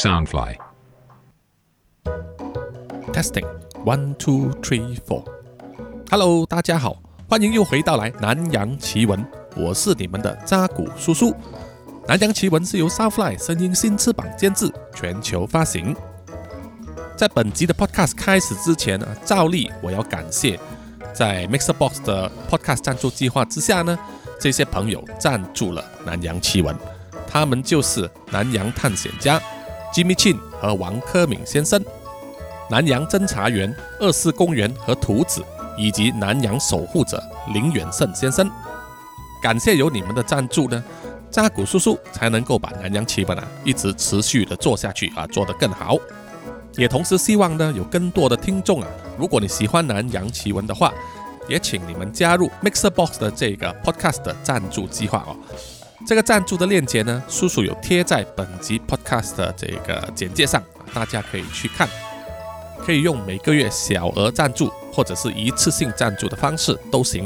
Soundfly Testing 1 2 3 4 Hello， 大家好，欢迎又回到来南洋奇闻，我是你们的扎古叔叔。南洋奇闻是由 Soundfly 声音新翅膀监制，全球发行。在本集的 podcast 开始之前照例我要感谢在 MixerBox 的 podcast 赞助计划之下呢，这些朋友赞助了南洋奇闻，他们就是南洋探险家 Jimmy Chin 和王科敏先生，南洋侦查员二世公园和图子，以及南洋守护者林远胜先生。感谢有你们的赞助呢，扎古叔叔才能够把南洋奇闻一直持续的做下去做得更好。也同时希望呢有更多的听众如果你喜欢南洋奇闻的话，也请你们加入 MixerBox 的这个 podcast 的赞助计划这个赞助的链接呢，叔叔有贴在本集 podcast 的这个简介上，大家可以去看。可以用每个月小额赞助或者是一次性赞助的方式都行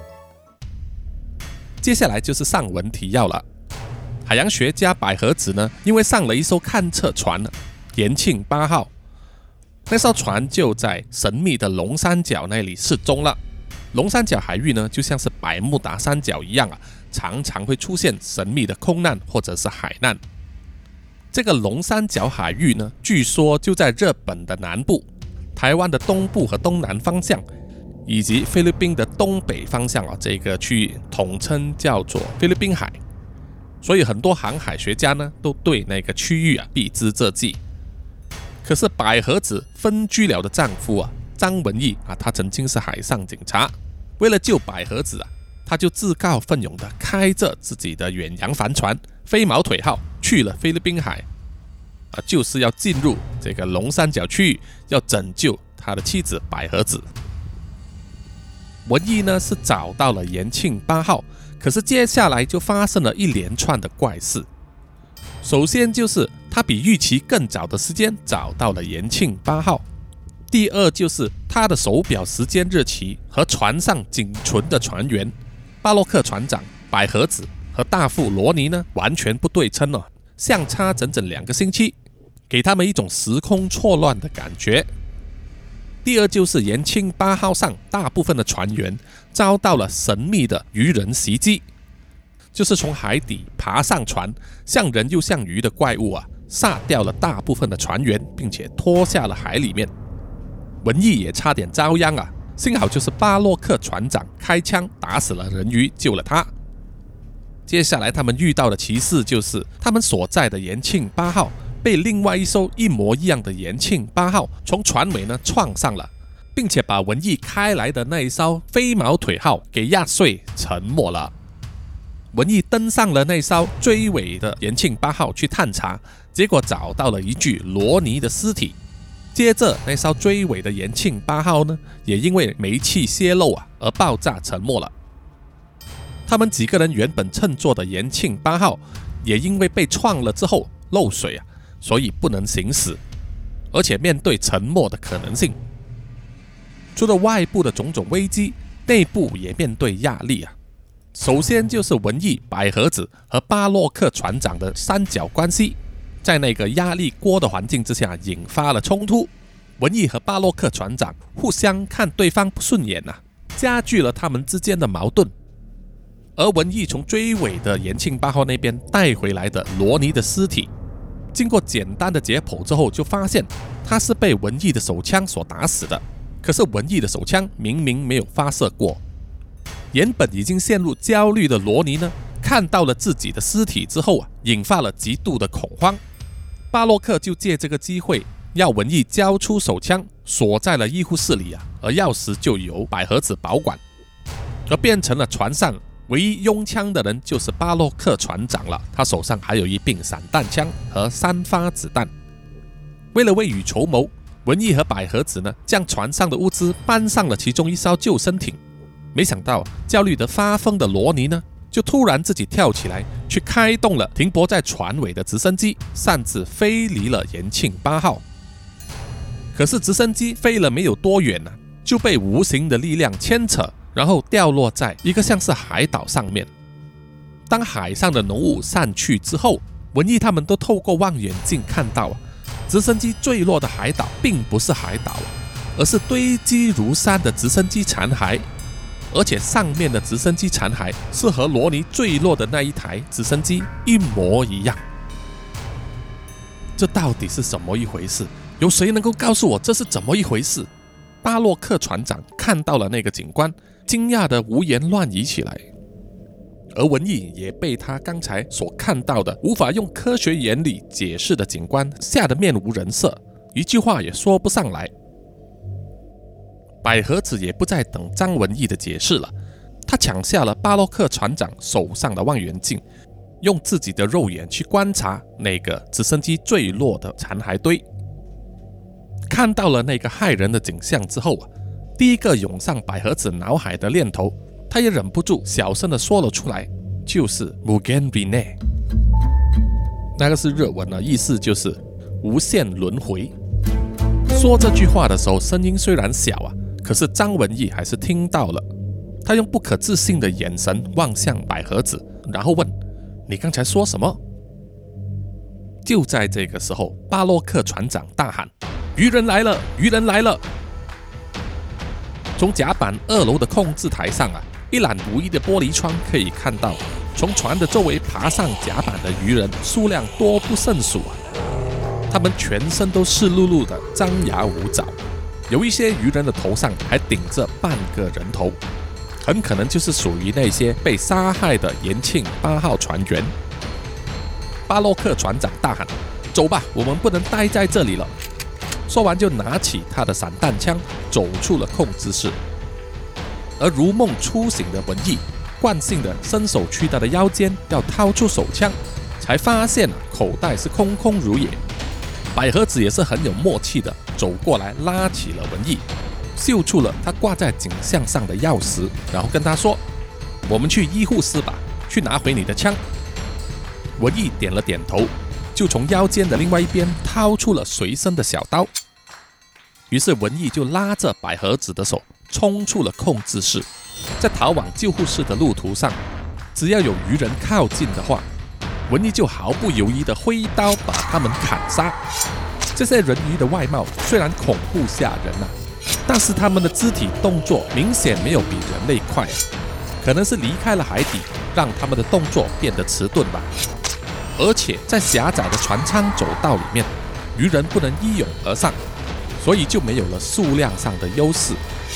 接下来就是上文提要了。海洋学家百合子呢，因为上了一艘勘测船延庆8号，那艘船就在神秘的龙三角那里失踪了。龙三角海域呢，就像是百慕达三角一样常常会出现神秘的空难或者是海难。这个龙三角海域呢，据说就在日本的南部、台湾的东部和东南方向，以及菲律宾的东北方向这个区域统称叫做菲律宾海。所以很多航海学家呢，都对那个区域避之则吉。可是百合子分居了的丈夫张文义他曾经是海上警察，为了救百合子他就自告奋勇的开着自己的远洋帆船飞毛腿号去了菲律宾海就是要进入这个龙三角区域，要拯救他的妻子百合子。文义呢是找到了延庆8号，可是接下来就发生了一连串的怪事。首先就是他比预期更早的时间找到了延庆8号，第二就是他的手表时间日期和船上仅存的船员巴洛克船长、百合子和大副罗尼呢完全不对称相差整整2个星期，给他们一种时空错乱的感觉。第二就是延庆8号上大部分的船员遭到了神秘的鱼人袭击，就是从海底爬上船，像人又像鱼的怪物杀掉了大部分的船员，并且拖下了海里面。文义也差点遭殃幸好就是巴洛克船长开枪打死了人鱼，救了他。接下来他们遇到的奇事就是他们所在的延庆8号被另外一艘一模一样的延庆8号从船尾呢撞上了，并且把文义开来的那一艘飞毛腿号给压碎沉没了。文义登上了那艘追尾的延庆8号去探查，结果找到了一具罗尼的尸体。接着那艘追尾的延庆8号呢，也因为煤气泄漏而爆炸沉没了。他们几个人原本乘坐的延庆8号也因为被撞了之后漏水所以不能行驶，而且面对沉没的可能性。除了外部的种种危机，内部也面对压力首先就是文义、百合子和巴洛克船长的三角关系，在那个压力锅的环境之下引发了冲突。文义和巴洛克船长互相看对方不顺眼加剧了他们之间的矛盾。而文义从追尾的延庆8号那边带回来的罗尼的尸体，经过简单的解剖之后，就发现他是被文义的手枪所打死的。可是文义的手枪明明没有发射过。原本已经陷入焦虑的罗尼呢，看到了自己的尸体之后引发了极度的恐慌。巴洛克就借这个机会要文义交出手枪，锁在了医护室里而钥匙就由百合子保管。而变成了船上唯一拥枪的人就是巴洛克船长了，他手上还有一柄散弹枪和3发子弹。为了未雨绸缪，文义和百合子呢，将船上的物资搬上了其中一艘救生艇。没想到焦虑得发疯的罗尼呢，就突然自己跳起来，去开动了停泊在船尾的直升机，擅自飞离了延庆8号。可是直升机飞了没有多远就被无形的力量牵扯，然后掉落在一个像是海岛上面。当海上的浓雾散去之后， 文艺他们都透过望远镜看到直升机坠落的海岛并不是海岛，而是堆积如山的直升机残骸，而且上面的直升机残骸是和罗尼坠落的那一台直升机一模一样。这到底是怎么一回事？有谁能够告诉我这是怎么一回事？巴洛克船长看到了那个景观，惊讶的无言乱语起来，而文艺也被他刚才所看到的无法用科学原理解释的景观吓得面无人色，一句话也说不上来。百合子也不再等张文义的解释了，他抢下了巴洛克船长手上的望远镜，用自己的肉眼去观察那个直升机坠落的残骸堆。看到了那个骇人的景象之后第一个涌上百合子脑海的念头，他也忍不住小声的说了出来，就是 Mugen Rine。 那个是日文意思就是无限轮回。说这句话的时候声音虽然小可是张文义还是听到了。他用不可置信的眼神望向百合子，然后问：你刚才说什么？就在这个时候，巴洛克船长大喊：渔人来了，渔人来了！从甲板2楼的控制台上一览无遗的玻璃窗可以看到，从船的周围爬上甲板的渔人数量多不胜数他们全身都湿漉漉的，张牙舞爪，有一些渔人的头上还顶着半个人头，很可能就是属于那些被杀害的延庆8号船员。巴洛克船长大喊：走吧，我们不能待在这里了。说完就拿起他的散弹枪走出了控制室。而如梦初醒的文艺惯性的伸手去他的腰间要掏出手枪，才发现口袋是空空如也。百合子也是很有默契的走过来拉起了文艺，嗅出了他挂在颈项上的钥匙，然后跟他说：我们去医护室吧，去拿回你的枪。文艺点了点头，就从腰间的另外一边掏出了随身的小刀。于是文艺就拉着百合子的手冲出了控制室。在逃往救护室的路途上，只要有渔人靠近的话，文艺就毫不犹豫地挥刀把他们砍杀。这些人鱼的外貌虽然恐怖吓人但是他们的肢体动作明显没有比人类快可能是离开了海底，让他们的动作变得迟钝吧。而且在狭窄的船舱走道里面，渔人不能一涌而上，所以就没有了数量上的优势。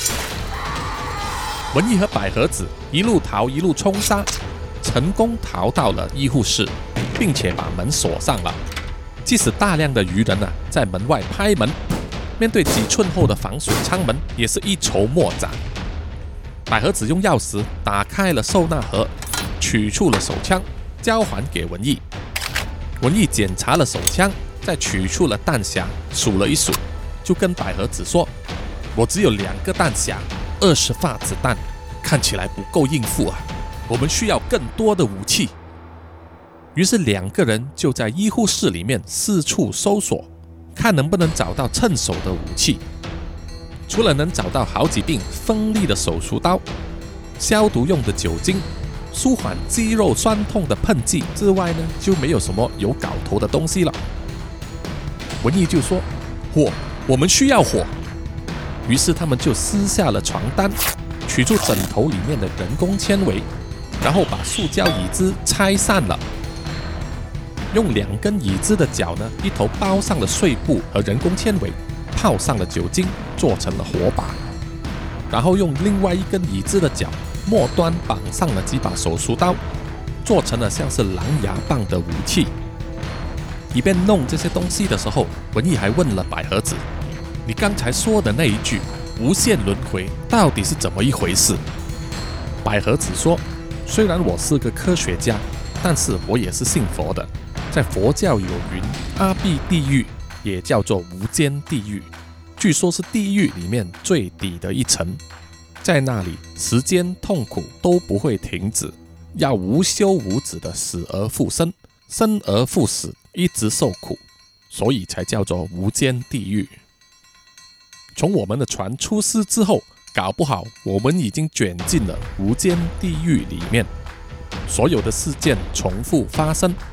文艺和百合子一路逃一路冲杀，成功逃到了医护室，并且把门锁上了。即使大量的渔人在门外拍门，面对几寸厚的防水舱门也是一筹莫展。百合子用钥匙打开了收纳盒，取出了手枪交还给文艺。文艺检查了手枪，再取出了弹匣，数了一数，就跟百合子说：我只有2个弹匣，20发子弹，看起来不够应付我们需要更多的武器。于是2个人就在医护室里面四处搜索，看能不能找到趁手的武器。除了能找到好几柄锋利的手术刀、消毒用的酒精、舒缓肌肉酸痛的喷剂之外呢，就没有什么有搞头的东西了。文艺就说：火，我们需要火。于是他们就撕下了床单，取出枕头里面的人工纤维，然后把塑胶椅子拆散了，用2根椅子的脚呢，一头包上了碎布和人工纤维，泡上了酒精，做成了火把，然后用另外1根椅子的脚末端绑上了几把手术刀，做成了像是狼牙棒的武器。一边弄这些东西的时候，文艺还问了百合子：你刚才说的那一句无限轮回到底是怎么一回事？百合子说：虽然我是个科学家，但是我也是信佛的。在佛教有云，阿鼻地狱也叫做无间地狱，据说是地狱里面最底的一层，在那里时间痛苦都不会停止，要无休无止的死而复生，生而复死，一直受苦，所以才叫做无间地狱。从我们的船出事之后，搞不好我们已经卷进了无间地狱里面，所有的事件重复发生，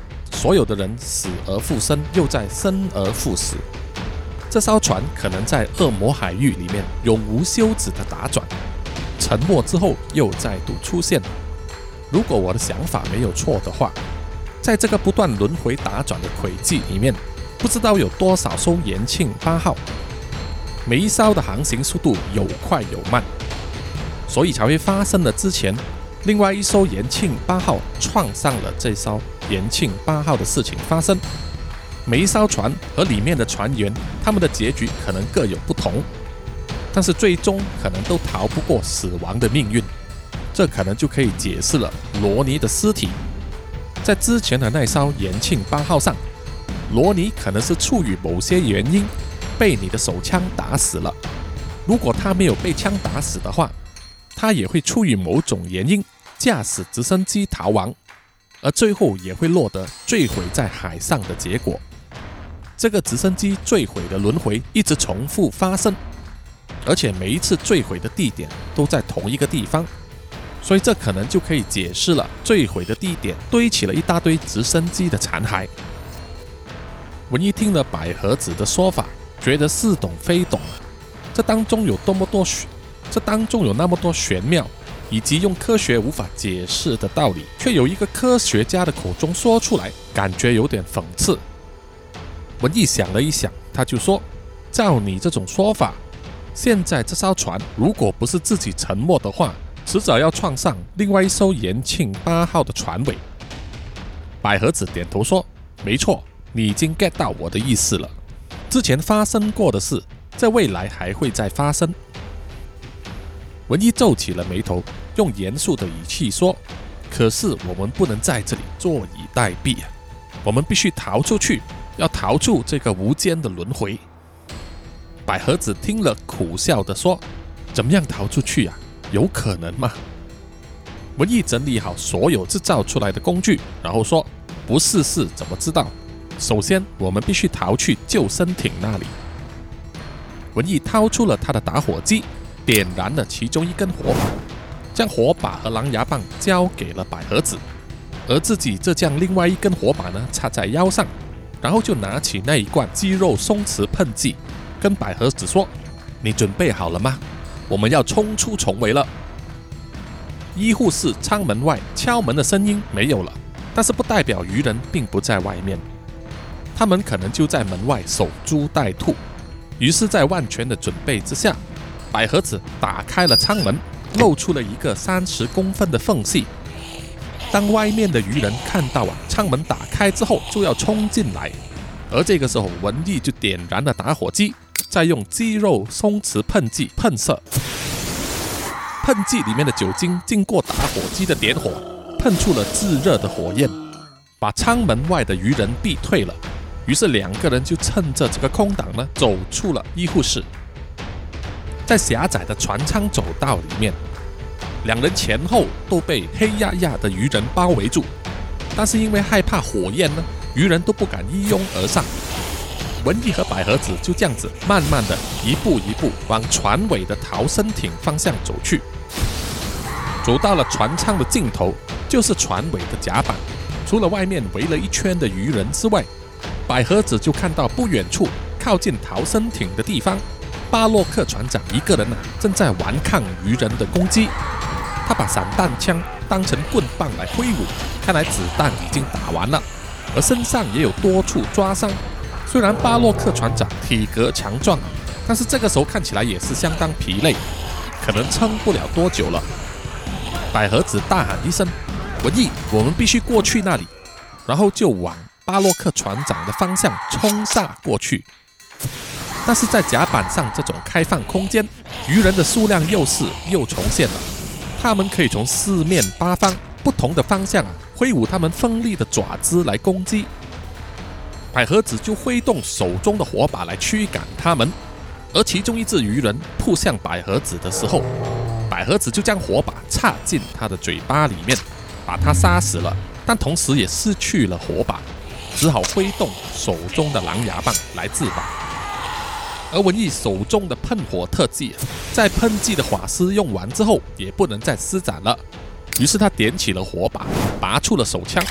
所有的人死而复生，又在生而复死。这艘船可能在恶魔海域里面永无休止的打转，沉没之后又再度出现。如果我的想法没有错的话，在这个不断轮回打转的轨迹里面，不知道有多少艘延庆8号，每一艘的航行速度有快有慢，所以才会发生了之前另外一艘延庆8号撞上了这艘延庆8号的事情发生。每一艘船和里面的船员，他们的结局可能各有不同，但是最终可能都逃不过死亡的命运。这可能就可以解释了罗尼的尸体。在之前的那艘延庆8号上，罗尼可能是出于某些原因被你的手枪打死了。如果他没有被枪打死的话，他也会出于某种原因驾驶直升机逃亡，而最后也会落得坠毁在海上的结果。这个直升机坠毁的轮回一直重复发生，而且每一次坠毁的地点都在同一个地方，所以这可能就可以解释了坠毁的地点堆起了一大堆直升机的残骸。文一听了百合子的说法，觉得似懂非懂，这当中有那么多玄妙，以及用科学无法解释的道理，却有一个科学家的口中说出来，感觉有点讽刺。文艺想了一想，他就说：照你这种说法，现在这艘船如果不是自己沉没的话，迟早要撞上另外一艘延庆8号的船尾。百合子点头说：没错，你已经 get 到我的意思了。之前发生过的事，在未来还会再发生。文一皱起了眉头，用严肃的语气说：可是我们不能在这里坐以待毙啊，我们必须逃出去，要逃出这个无间的轮回。百合子听了苦笑地说：怎么样逃出去啊？有可能吗？文艺整理好所有制造出来的工具，然后说：不试试怎么知道？首先我们必须逃去救生艇那里。文艺掏出了他的打火机，点燃了其中一根火把，将火把和狼牙棒交给了百合子，而自己则将另外一根火把呢插在腰上，然后就拿起那一罐肌肉松弛喷剂，跟百合子说：你准备好了吗？我们要冲出重围了。医护室舱门外敲门的声音没有了，但是不代表渔人并不在外面，他们可能就在门外守株待兔。于是在万全的准备之下，百合子打开了舱门，露出了一个30公分的缝隙。当外面的渔人看到舱门打开之后就要冲进来，而这个时候文艺就点燃了打火机，再用肌肉松弛喷剂喷射。喷剂里面的酒精经过打火机的点火，喷出了炙热的火焰，把舱门外的渔人逼退了。于是两个人就趁着这个空档呢，走出了医护室。在狭窄的船舱走道里面，两人前后都被黑压压的渔人包围住，但是因为害怕火焰呢，渔人都不敢一拥而上。文艺和百合子就这样子慢慢的一步一步往船尾的逃生艇方向走去。走到了船舱的尽头，就是船尾的甲板，除了外面围了一圈的渔人之外，百合子就看到不远处靠近逃生艇的地方，巴洛克船长一个人正在顽抗渔人的攻击。他把散弹枪当成棍棒来挥舞，看来子弹已经打完了，而身上也有多处抓伤。虽然巴洛克船长体格强壮，但是这个时候看起来也是相当疲累，可能撑不了多久了。百合子大喊一声：文艺，我们必须过去那里，然后就往巴洛克船长的方向冲杀过去。但是在甲板上这种开放空间，渔人的数量又重现了，他们可以从四面八方不同的方向挥舞他们锋利的爪子来攻击。百合子就挥动手中的火把来驱赶他们，而其中一只渔人扑向百合子的时候，百合子就将火把插进他的嘴巴里面，把他杀死了，但同时也失去了火把，只好挥动手中的狼牙棒来自保。而文艺手中的喷火特技，在喷剂的火丝用完之后也不能再施展了，于是他点起了火把，拔出了手枪，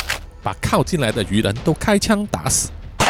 把靠近来的渔人都开枪打死。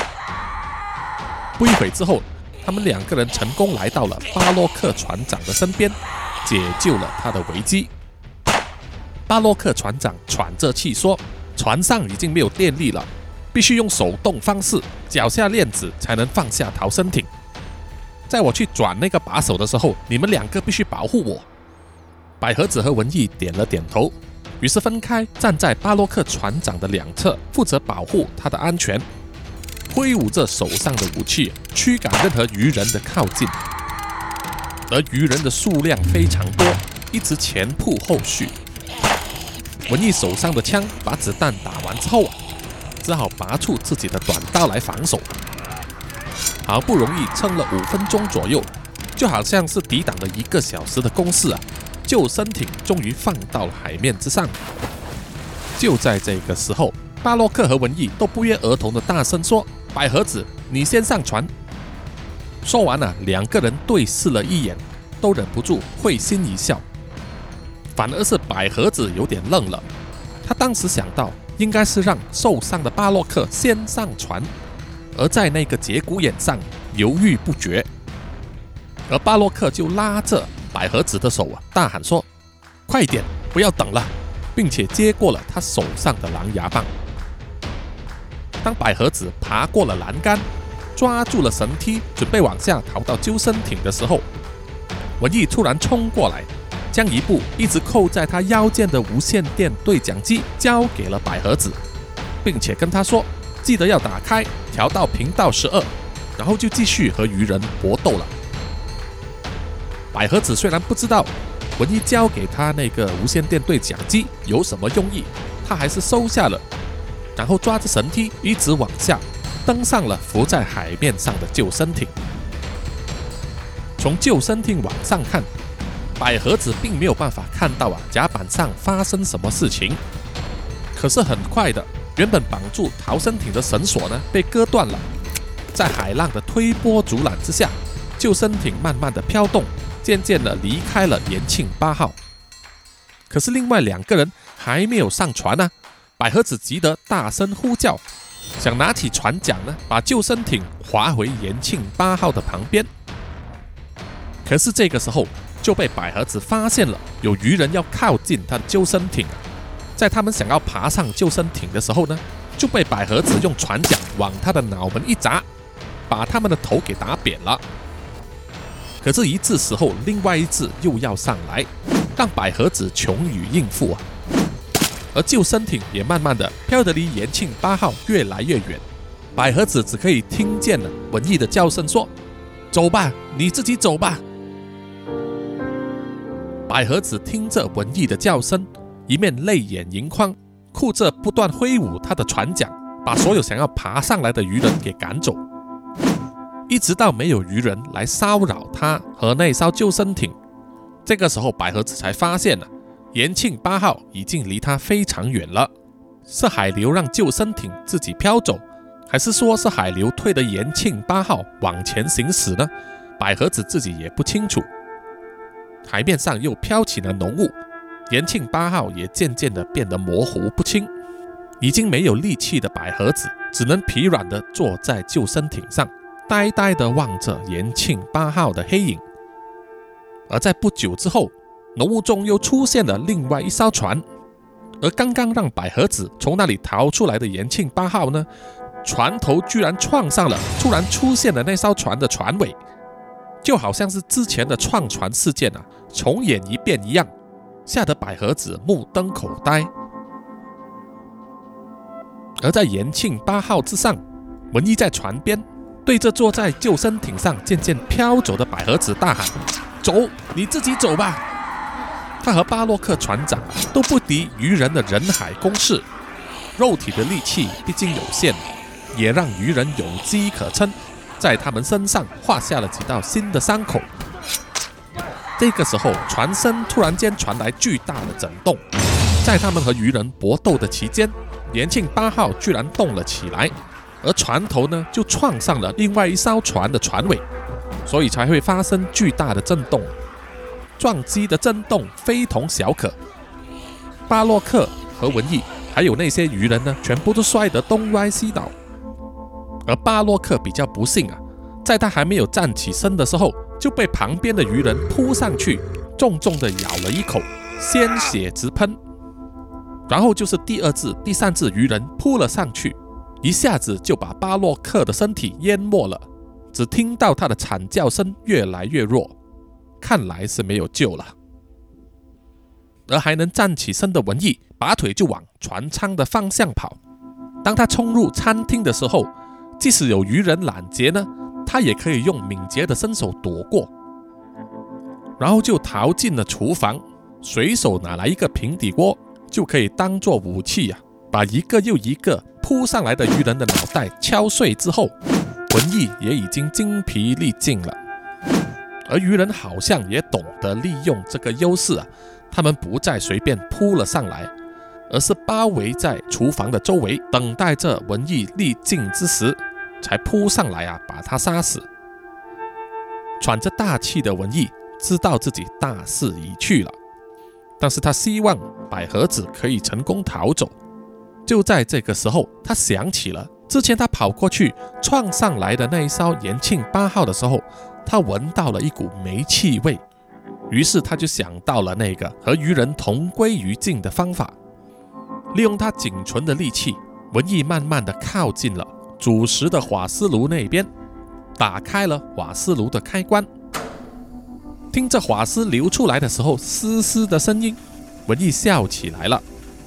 不一会之后，他们2个人成功来到了巴洛克船长的身边，解救了他的危机。巴洛克船长喘着气说，船上已经没有电力了，必须用手动方式绞下链子才能放下逃生艇。在我去转那个把手的时候，你们2个必须保护我。百合子和文艺点了点头，于是分开站在巴洛克船长的2侧，负责保护他的安全，挥舞着手上的武器，驱赶任何渔人的靠近。而渔人的数量非常多，一直前仆后续。文艺手上的枪把子弹打完之后，只好拔出自己的短刀来防守。好不容易撑了5分钟左右，就好像是抵挡了1个小时的攻势救生艇终于放到了海面之上。就在这个时候，巴洛克和文艺都不约而同的大声说：“百合子，你先上船。”说完了，2个人对视了一眼，都忍不住会心一笑。反而是百合子有点愣了，他当时想到应该是让受伤的巴洛克先上船，而在那个节骨眼上犹豫不决。而巴洛克就拉着百合子的手大喊说：“快点，不要等了！”并且接过了他手上的狼牙棒。当百合子爬过了栏杆，抓住了绳梯，准备往下逃到救生艇的时候，文艺突然冲过来，将一部一直扣在他腰间的无线电对讲机交给了百合子，并且跟他说：“记得要打开，调到频道12，然后就继续和渔人搏斗了。”百合子虽然不知道文艺交给他那个无线电对讲机有什么用意，他还是收下了，然后抓着绳梯一直往下，登上了浮在海面上的救生艇。从救生艇往上看，百合子并没有办法看到甲板上发生什么事情。可是很快的，原本绑住逃生艇的绳索呢被割断了，在海浪的推波阻拦之下，救生艇慢慢的飘动，渐渐的离开了延庆8号。可是另外2个人还没有上船呢，百合子急得大声呼叫，想拿起船桨呢，把救生艇划回延庆8号的旁边。可是这个时候就被百合子发现了，有渔人要靠近他的救生艇。在他们想要爬上救生艇的时候呢，就被百合子用船桨往他的脑门一砸，把他们的头给打扁了。可是一致时候，另外一只又要上来，让百合子穷于应付而救生艇也慢慢的飘得离延庆8号越来越远。百合子只可以听见了文艺的叫声说：“走吧，你自己走吧。”百合子听着文艺的叫声，一面泪眼盈眶，哭着不断挥舞他的船桨，把所有想要爬上来的渔人给赶走。一直到没有渔人来骚扰他和那艘救生艇，这个时候百合子才发现了延庆8号已经离他非常远了。是海流让救生艇自己飘走，还是说是海流推着延庆8号往前行驶呢？百合子自己也不清楚。海面上又飘起了浓雾，延庆8号也渐渐的变得模糊不清。已经没有力气的百合子只能疲软的坐在救生艇上，呆呆地望着延庆8号的黑影。而在不久之后，浓雾中又出现了另外一艘船，而刚刚让百合子从那里逃出来的延庆8号呢，船头居然撞上了突然出现的那艘船的船尾，就好像是之前的撞船事件重演一遍一样，吓得百合子目瞪口呆。而在延庆8号之上，文艺在船边对着坐在救生艇上渐渐飘走的百合子大喊：“走，你自己走吧！”他和巴洛克船长都不敌渔人的人海攻势，肉体的力气毕竟有限，也让渔人有机可乘，在他们身上画下了几道新的伤口。这个时候，船身突然间传来巨大的震动，在他们和渔人搏斗的期间，延庆8号居然动了起来，而船头呢就撞上了另外一艘船的船尾，所以才会发生巨大的震动。撞击的震动非同小可，巴洛克和文艺还有那些渔人呢，全部都摔得东歪西倒。而巴洛克比较不幸啊，在他还没有站起身的时候，就被旁边的渔人扑上去，重重地咬了一口，鲜血直喷。然后就是第二只、第三只渔人扑了上去，一下子就把巴洛克的身体淹没了，只听到他的惨叫声越来越弱，看来是没有救了。而还能站起身的文艺拔腿就往船舱的方向跑。当他冲入餐厅的时候，即使有渔人拦截呢，他也可以用敏捷的身手躲过，然后就逃进了厨房，随手拿来一个平底锅，就可以当作武器啊，把一个又一个扑上来的渔人的脑袋敲碎之后，文艺也已经精疲力尽了。而渔人好像也懂得利用这个优势啊，他们不再随便扑了上来，而是包围在厨房的周围，等待着文艺力尽之时才扑上来啊，把他杀死。喘着大气的文艺知道自己大势已去了，但是他希望百合子可以成功逃走。就在这个时候，他想起了之前他跑过去撞上来的那一艘延庆8号的时候，他闻到了一股煤气味，于是他就想到了那个和渔人同归于尽的方法。利用他仅存的力气，文艺慢慢地靠近了煮食的瓦斯炉那边，打开了瓦斯炉的开关。听着瓦斯流出来的时候嘶嘶的声音，文艺笑起来了。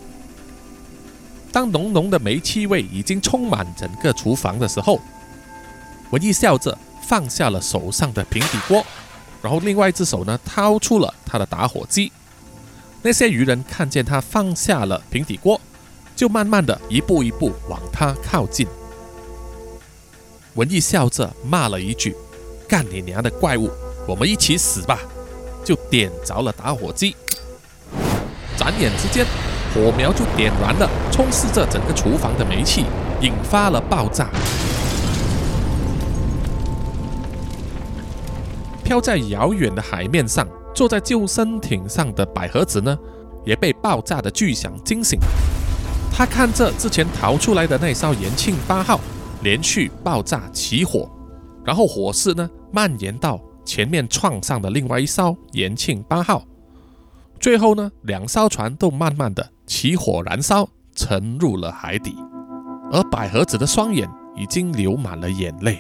当浓浓的煤气味已经充满整个厨房的时候，文艺笑着放下了手上的平底锅，然后另外一只手呢掏出了他的打火机。那些渔人看见他放下了平底锅，就慢慢的一步一步往他靠近。文艺笑着骂了一句：“干你娘的怪物，我们一起死吧！”就点着了打火机。转眼之间，火苗就点燃了，充斥着整个厨房的煤气，引发了爆炸。飘在遥远的海面上，坐在救生艇上的百合子呢，也被爆炸的巨响惊醒。他看着之前逃出来的那艘延庆8号连续爆炸起火，然后火势呢蔓延到前面撞上的另外一艘延庆8号，最后呢2艘船都慢慢的起火燃烧，沉入了海底。而百合子的双眼已经流满了眼泪。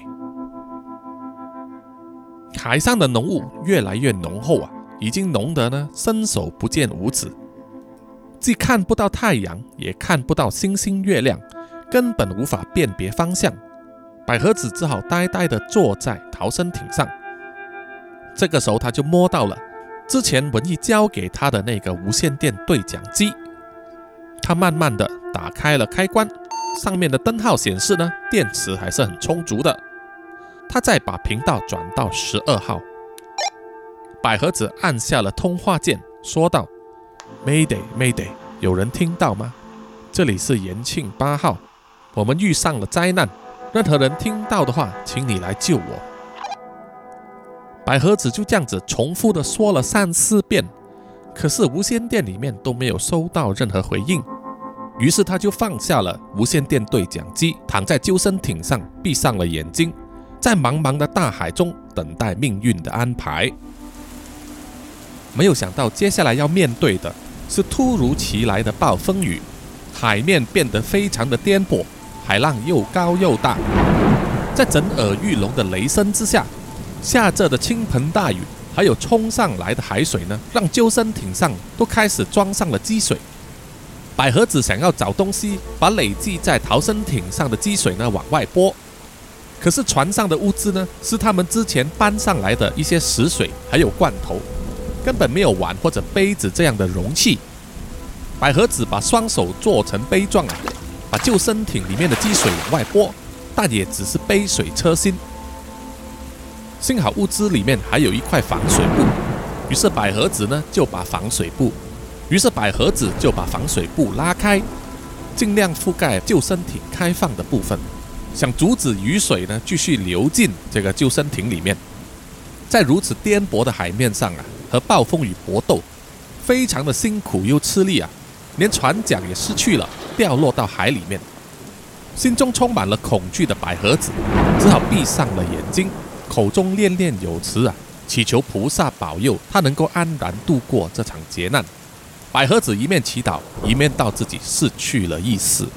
海上的浓雾越来越浓厚啊，已经浓得呢伸手不见五指，既看不到太阳，也看不到星星月亮，根本无法辨别方向。百合子只好呆呆地坐在逃生艇上。这个时候，他就摸到了之前文艺交给他的那个无线电对讲机。他慢慢地打开了开关，上面的灯号显示呢，电池还是很充足的。他再把频道转到12号。百合子按下了通话键，说道：“Mayday Mayday， 有人听到吗？这里是延庆8号，我们遇上了灾难，任何人听到的话，请你来救我。”百合子就这样子重复的说了3、4遍，可是无线电里面都没有收到任何回应。于是他就放下了无线电对讲机，躺在救生艇上，闭上了眼睛，在茫茫的大海中等待命运的安排。没有想到接下来要面对的是突如其来的暴风雨，海面变得非常的颠簸，海浪又高又大，在震耳欲聋的雷声之下，下着的倾盆大雨还有冲上来的海水呢，让救生艇上都开始装上了积水。百合子想要找东西把累积在逃生艇上的积水呢往外拨，可是船上的物资呢是他们之前搬上来的一些食水还有罐头，根本没有碗或者杯子这样的容器。百合子把双手做成杯状啊，把救生艇里面的积水往外拨，但也只是杯水车薪。幸好物资里面还有一块防水布，于是百合子就把防水布拉开，尽量覆盖救生艇开放的部分，想阻止雨水呢继续流进这个救生艇里面。在如此颠簸的海面上啊，和暴风雨搏斗，非常的辛苦又吃力啊，连船桨也失去了， 掉落到海里面。心中充满了恐惧的百合子只好闭上了眼睛，口中念念有词祈求菩萨保佑他能够安然度过这场劫难。百合子一面祈祷，一面道自己失去了意识。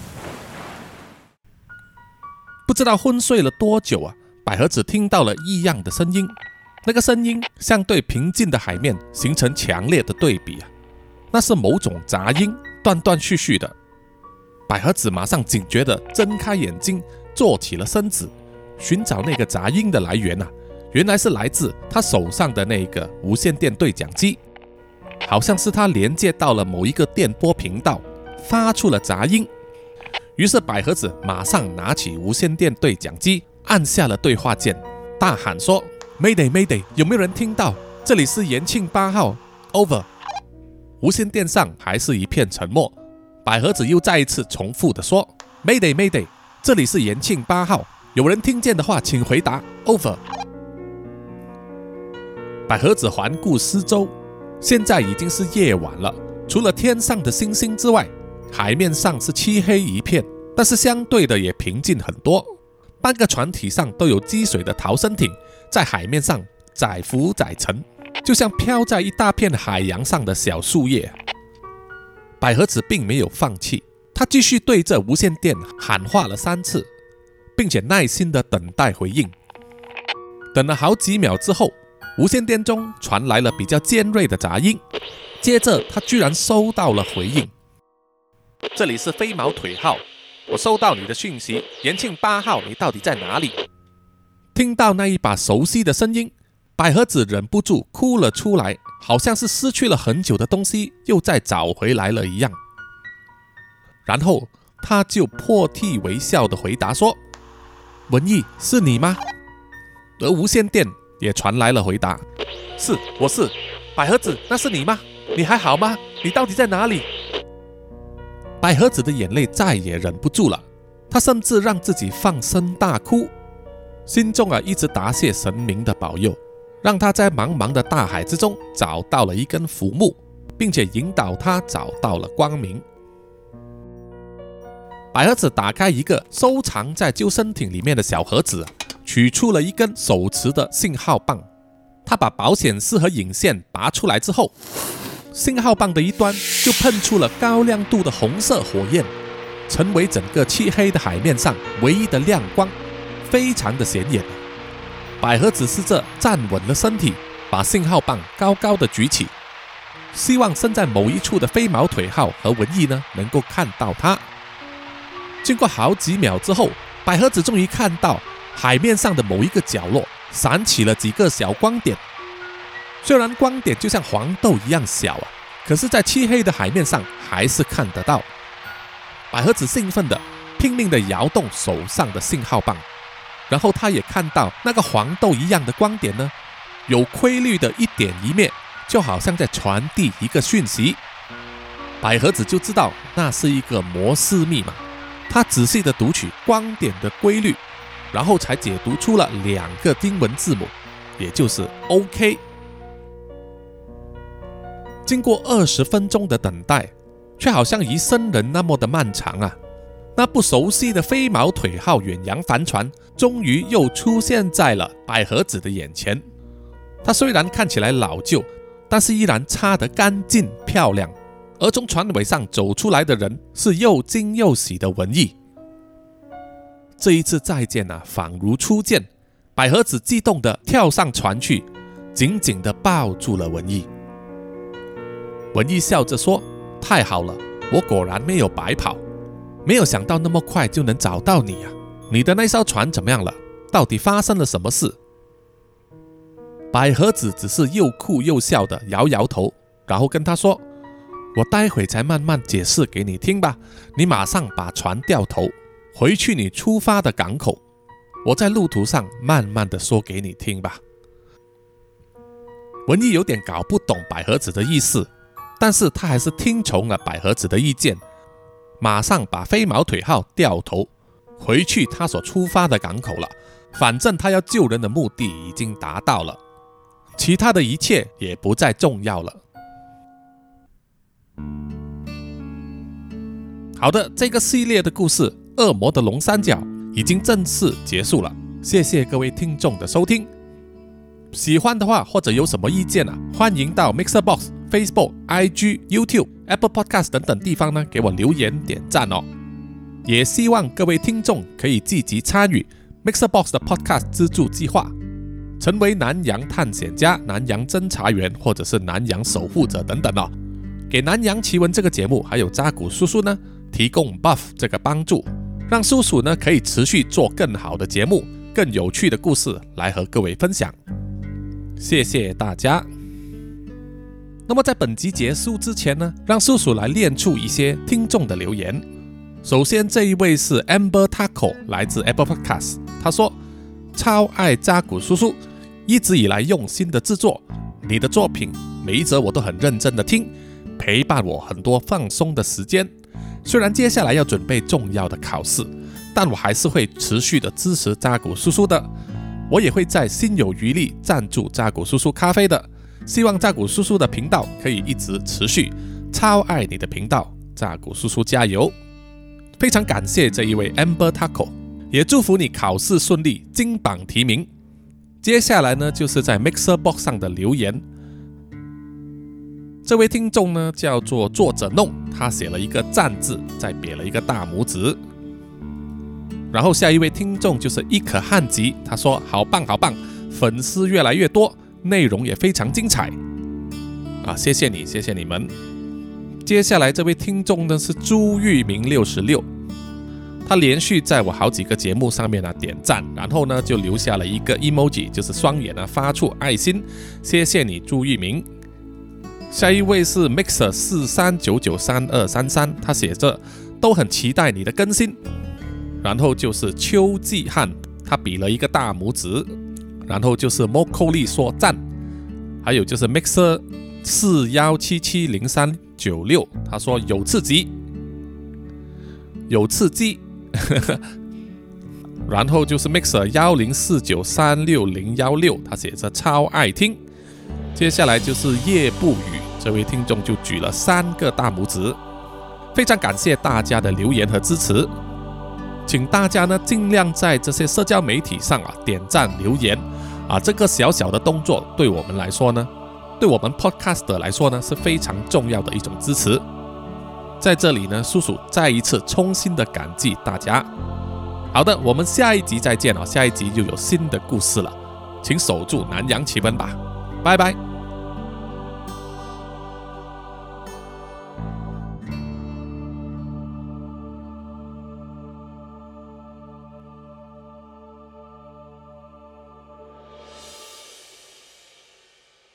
不知道昏睡了多久百合子听到了异样的声音，那个声音相对平静的海面形成强烈的对比那是某种杂音，断断续续的。百合子马上警觉地睁开眼睛，坐起了身子，寻找那个杂音的来源原来是来自他手上的那个无线电对讲机，好像是他连接到了某一个电波频道，发出了杂音。于是百合子马上拿起无线电对讲机，按下了对话键，大喊说 Mayday Mayday， 有没有人听到？这里是延庆8号 Over。 无线电上还是一片沉默。百合子又再一次重复地说 Mayday Mayday， 这里是延庆8号，有人听见的话请回答 Over。 百合子环顾四周，现在已经是夜晚了，除了天上的星星之外，海面上是漆黑一片，但是相对的也平静很多。半个船体上都有积水的逃生艇在海面上载浮载沉，就像飘在一大片海洋上的小树叶。百合子并没有放弃，她继续对着无线电喊话了3次，并且耐心地等待回应。等了好几秒之后，无线电中传来了比较尖锐的杂音，接着她居然收到了回应。这里是飞毛腿号，我收到你的讯息，延庆8号，你到底在哪里？听到那一把熟悉的声音，百合子忍不住哭了出来，好像是失去了很久的东西又再找回来了一样。然后她就破涕为笑地回答说：文艺，是你吗？而无线电也传来了回答：是，我是。百合子，那是你吗？你还好吗？你到底在哪里？百合子的眼泪再也忍不住了，她甚至让自己放声大哭，心中一直答谢神明的保佑，让她在茫茫的大海之中找到了一根浮木，并且引导她找到了光明。百合子打开一个收藏在救生艇里面的小盒子，取出了一根手持的信号棒。她把保险丝和引线拔出来之后，信号棒的一端就喷出了高亮度的红色火焰，成为整个漆黑的海面上唯一的亮光，非常的显眼。百合子试着站稳了身体，把信号棒高高的举起，希望身在某一处的飞毛腿号和文艺能够看到它。经过好几秒之后，百合子终于看到海面上的某一个角落闪起了几个小光点。虽然光点就像黄豆一样小可是在漆黑的海面上还是看得到。百合子兴奋地拼命地摇动手上的信号棒，然后她也看到那个黄豆一样的光点有规律的一点一灭，就好像在传递一个讯息。百合子就知道那是一个摩斯密码，她仔细地读取光点的规律，然后才解读出了2个英文字母，也就是 OK。经过20分钟的等待，却好像一生人那么的漫长那不熟悉的飞毛腿号远洋帆船终于又出现在了百合子的眼前。它虽然看起来老旧，但是依然擦得干净漂亮。而从船尾上走出来的人是又惊又喜的文艺。这一次再见仿如初见，百合子激动地跳上船去，紧紧地抱住了文艺。文艺笑着说：太好了，我果然没有白跑，没有想到那么快就能找到你你的那艘船怎么样了？到底发生了什么事？百合子只是又哭又笑的摇摇头，然后跟他说：我待会才慢慢解释给你听吧，你马上把船掉头，回去你出发的港口，我在路途上慢慢的说给你听吧。文艺有点搞不懂百合子的意思，但是他还是听从了百合子的意见，马上把飞毛腿号掉头，回去他所出发的港口了。反正他要救人的目的已经达到了，其他的一切也不再重要了。 好的，这个系列的故事《恶魔的龙三角》已经正式结束了，谢谢各位听众的收听。喜欢的话或者有什么意见欢迎到 Mixerbox、Facebook、IG、YouTube、Apple Podcast 等等地方呢给我留言点赞哦。也希望各位听众可以积极参与 Mixerbox 的 Podcast 资助计划，成为南洋探险家、南洋侦查员或者是南洋守护者等等哦，给南洋奇闻这个节目还有扎古叔叔呢提供 buff 这个帮助，让叔叔呢可以持续做更好的节目、更有趣的故事来和各位分享。谢谢大家。那么在本集结束之前呢，让叔叔来念出一些听众的留言。首先这一位是 Amber Taco， 来自 Apple Podcast， 他说超爱扎古叔叔，一直以来用心的制作你的作品，每一则我都很认真的听，陪伴我很多放松的时间。虽然接下来要准备重要的考试，但我还是会持续的支持扎古叔叔的。我也会在心有余力赞助扎古叔叔咖啡的，希望扎古叔叔的频道可以一直持续。超爱你的频道，扎古叔叔加油！非常感谢这一位 Amber Taco， 也祝福你考试顺利，金榜题名。接下来呢，就是在 Mixerbox 上的留言。这位听众呢叫做作者弄，他写了一个赞字，再别了一个大拇指。然后下一位听众就是一可汉吉，他说好棒好棒，粉丝越来越多，内容也非常精彩谢谢你，谢谢你们。接下来这位听众呢是朱玉明66，他连续在我好几个节目上面点赞，然后呢就留下了一个 emoji， 就是双眼发出爱心，谢谢你朱玉明。下一位是 Mixer 43993233，他写着都很期待你的更新。然后就是邱继汉，他比了一个大拇指。然后就是 Mokoli 说赞，还有就是 Mixer 41770396，他说有刺激，有刺激。然后就是 Mixer 10493616，他写着超爱听。接下来就是叶不语，这位听众就举了3个大拇指，非常感谢大家的留言和支持。请大家呢尽量在这些社交媒体上点赞留言这个小小的动作对我们来说呢，对我们 podcaster 来说呢是非常重要的一种支持。在这里呢，叔叔再一次衷心的感激大家。好的，我们下一集再见下一集又有新的故事了，请守住南洋奇闻吧，拜拜。